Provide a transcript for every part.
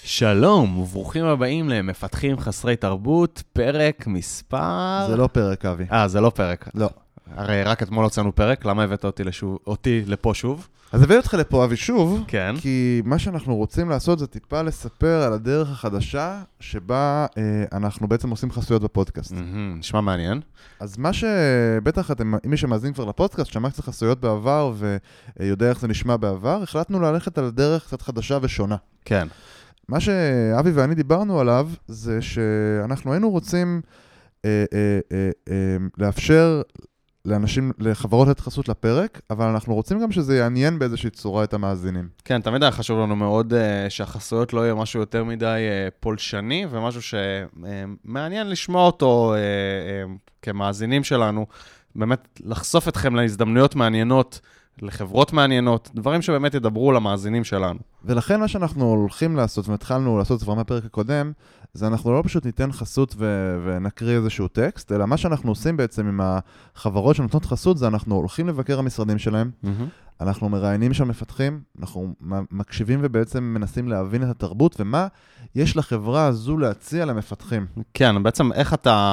שלום, וברוכים הבאים למפתחים חסרי תרבות, פרק מספר... זה לא פרק, אבי. זה לא פרק. לא. הרי רק אתמול הוצאנו פרק, למה הבאת אותי לפה שוב? אז הבאתי אותך לפה, אבי, שוב, כן. כי מה שאנחנו רוצים לעשות זה טיפה לספר על הדרך החדשה שבה אנחנו בעצם עושים חסויות בפודקאסט. נשמע מעניין. אז מה שבטח אתם, מי שמאזין כבר לפודקאסט, שמע קצת חסויות בעבר ויודע איך זה נשמע בעבר, החלטנו ללכת על דרך קצת חדשה ושונה. כן. מה שאבי ואני דיברנו עליו זה שאנחנו היינו רוצים לאפשר לאנשים, לחברות לתת חסות לפרק, אבל אנחנו רוצים גם שזה יעניין באיזושהי צורה את המאזינים. כן, תמיד היה חשוב לנו מאוד שהחסויות לא יהיה משהו יותר מדי פולשני, ומשהו שמעניין לשמוע אותו כמאזינים שלנו, באמת לחשוף אתכם להזדמנויות מעניינות, לחברות מעניינות, דברים שבאמת ידברו למאזינים שלנו. ולכן מה שאנחנו הולכים לעשות, והתחלנו לעשות כבר מהפרק הקודם, זה אנחנו לא פשוט ניתן חסות ונקריא איזשהו טקסט, אלא מה שאנחנו עושים בעצם עם החברות שנותנות חסות, זה אנחנו הולכים לבקר המשרדים שלהם, אנחנו מראיינים שם מפתחים, אנחנו מקשיבים ובעצם מנסים להבין את התרבות, ומה יש לחברה הזו להציע למפתחים. כן, בעצם איך אתה...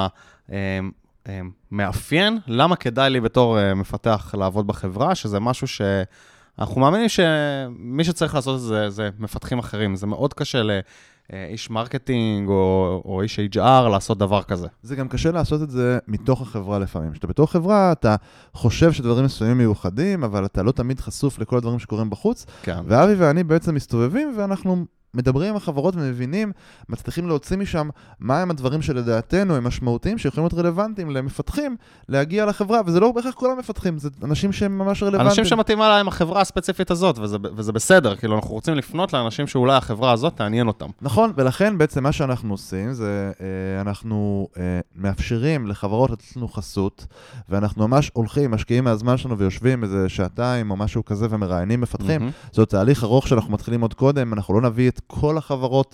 מאפיין, למה כדאי לי בתור מפתח לעבוד בחברה, שזה משהו שאנחנו מאמינים שמי שצריך לעשות את זה, זה מפתחים אחרים. זה מאוד קשה לאיש מרקטינג או איש HR לעשות דבר כזה. זה גם קשה לעשות את זה מתוך החברה לפעמים. שאתה בתוך חברה, אתה חושב שדברים מסוימים מיוחדים, אבל אתה לא תמיד חשוף לכל הדברים שקורים בחוץ. כן. ואבי ואני בעצם מסתובבים, ואנחנו מדברים עם החברות ומבינים, מצליחים להוציא משם מהם הדברים שלדעתנו הם משמעותיים, שיכולים להיות רלוונטיים למפתחים, להגיע לחברה, וזה לא בהכרח כל המפתחים, זה אנשים שהם ממש רלוונטיים. אנשים שמתאימה להם החברה הספציפית הזאת, וזה בסדר, כאילו אנחנו רוצים לפנות לאנשים שאולי החברה הזאת תעניין אותם. נכון, ולכן בעצם מה שאנחנו עושים, זה אנחנו מאפשרים לחברות לתת לנו חסות, ואנחנו ממש הולכים, משקיעים מהזמן שלנו ויושבים איזה שעתיים או משהו כזה ומראיינים מפתחים. זה תהליך ארוך שאנחנו מתחילים עוד קודם, אנחנו לא נביא את כל החברות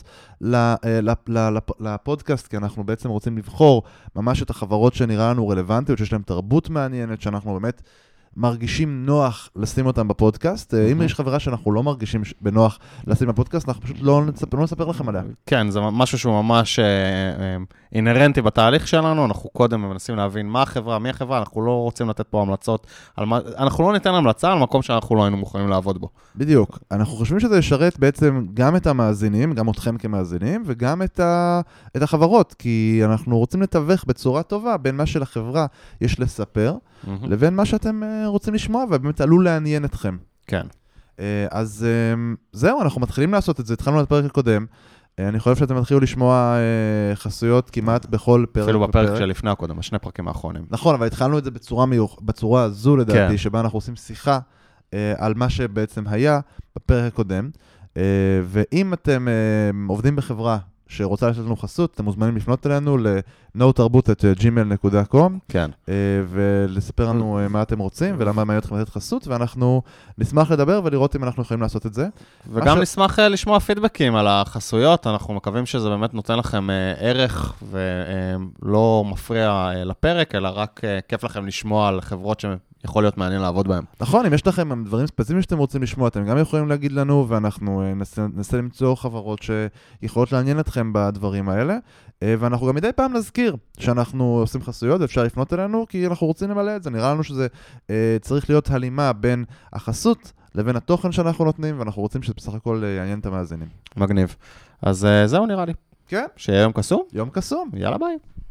לפודקאסט, כי אנחנו בעצם רוצים לבחור ממש את החברות שנראה לנו רלוונטיות, שיש להן תרבות מעניינת, שאנחנו באמת מרגישים נוח לשים אותם בפודקאסט. אם יש חברה שאנחנו לא מרגישים בנוח לשים בפודקאסט, אנחנו פשוט לא נספר לכם עליה. כן, זה משהו שהוא ממש אינרנטי בתהליך שלנו, אנחנו קודם מנסים להבין מה החברה, מי החברה, אנחנו לא רוצים לתת פה המלצות, אנחנו לא ניתן המלצה על מקום שאנחנו לא היינו מוכנים לעבוד בו. בדיוק. אנחנו חושבים שזה ישרת בעצם גם את המאזינים, גם אתכם כמאזינים, וגם את החברות, כי אנחנו רוצים לתווך בצורה טובה בין מה שלחברה יש לספר, לבין מה שאתם רוצים לשמוע, ובאמת עלול לעניין אתכם. כן. אז זהו, אנחנו מתחילים לעשות את זה, התחלנו לפרק הקודם, אני חושב שאתם מתחילו לשמוע חסויות כמעט בכל פרק. אפילו בפרק שלפני הקודם, השני פרקים האחרונים. נכון, אבל התחלנו את זה בצורה הזו לדעתי, שבה אנחנו עושים שיחה על מה שבעצם היה בפרק הקודם, ואם אתם עובדים בחברה שרוצה לתת לנו חסות, אתם מוזמנים לפנות אלינו ל-notarbut@gmail.com כן. ולספר לנו מה אתם רוצים ולמה מעניין אתכם לתת חסות, ואנחנו נשמח לדבר ולראות אם אנחנו יכולים לעשות את זה. וגם נשמח לשמוע פידבקים על החסויות, אנחנו מקווים שזה באמת נותן לכם ערך ולא מפריע לפרק, אלא רק כיף לכם לשמוע על חברות שיכול להיות מעניין לעבוד בהם. נכון, אם יש לכם דברים ספציפיים שאתם רוצים לשמוע, אתם גם יכולים להגיד לנו, ואנחנו ננסה למצוא חברות שיכולות לעניין אתכם בדברים האלה, ואנחנו גם מדי פעם נזכיר שאנחנו עושים חסויות, ואפשר לפנות אלינו, כי אנחנו רוצים למלא את זה. נראה לנו שזה צריך להיות הלימה בין החסות לבין התוכן שאנחנו נותנים, ואנחנו רוצים שבסך הכל יעניין את המאזינים. מגניב. אז זהו נראה לי. כן. שיהיה יום קסום. יום קסום. יאללה ביי.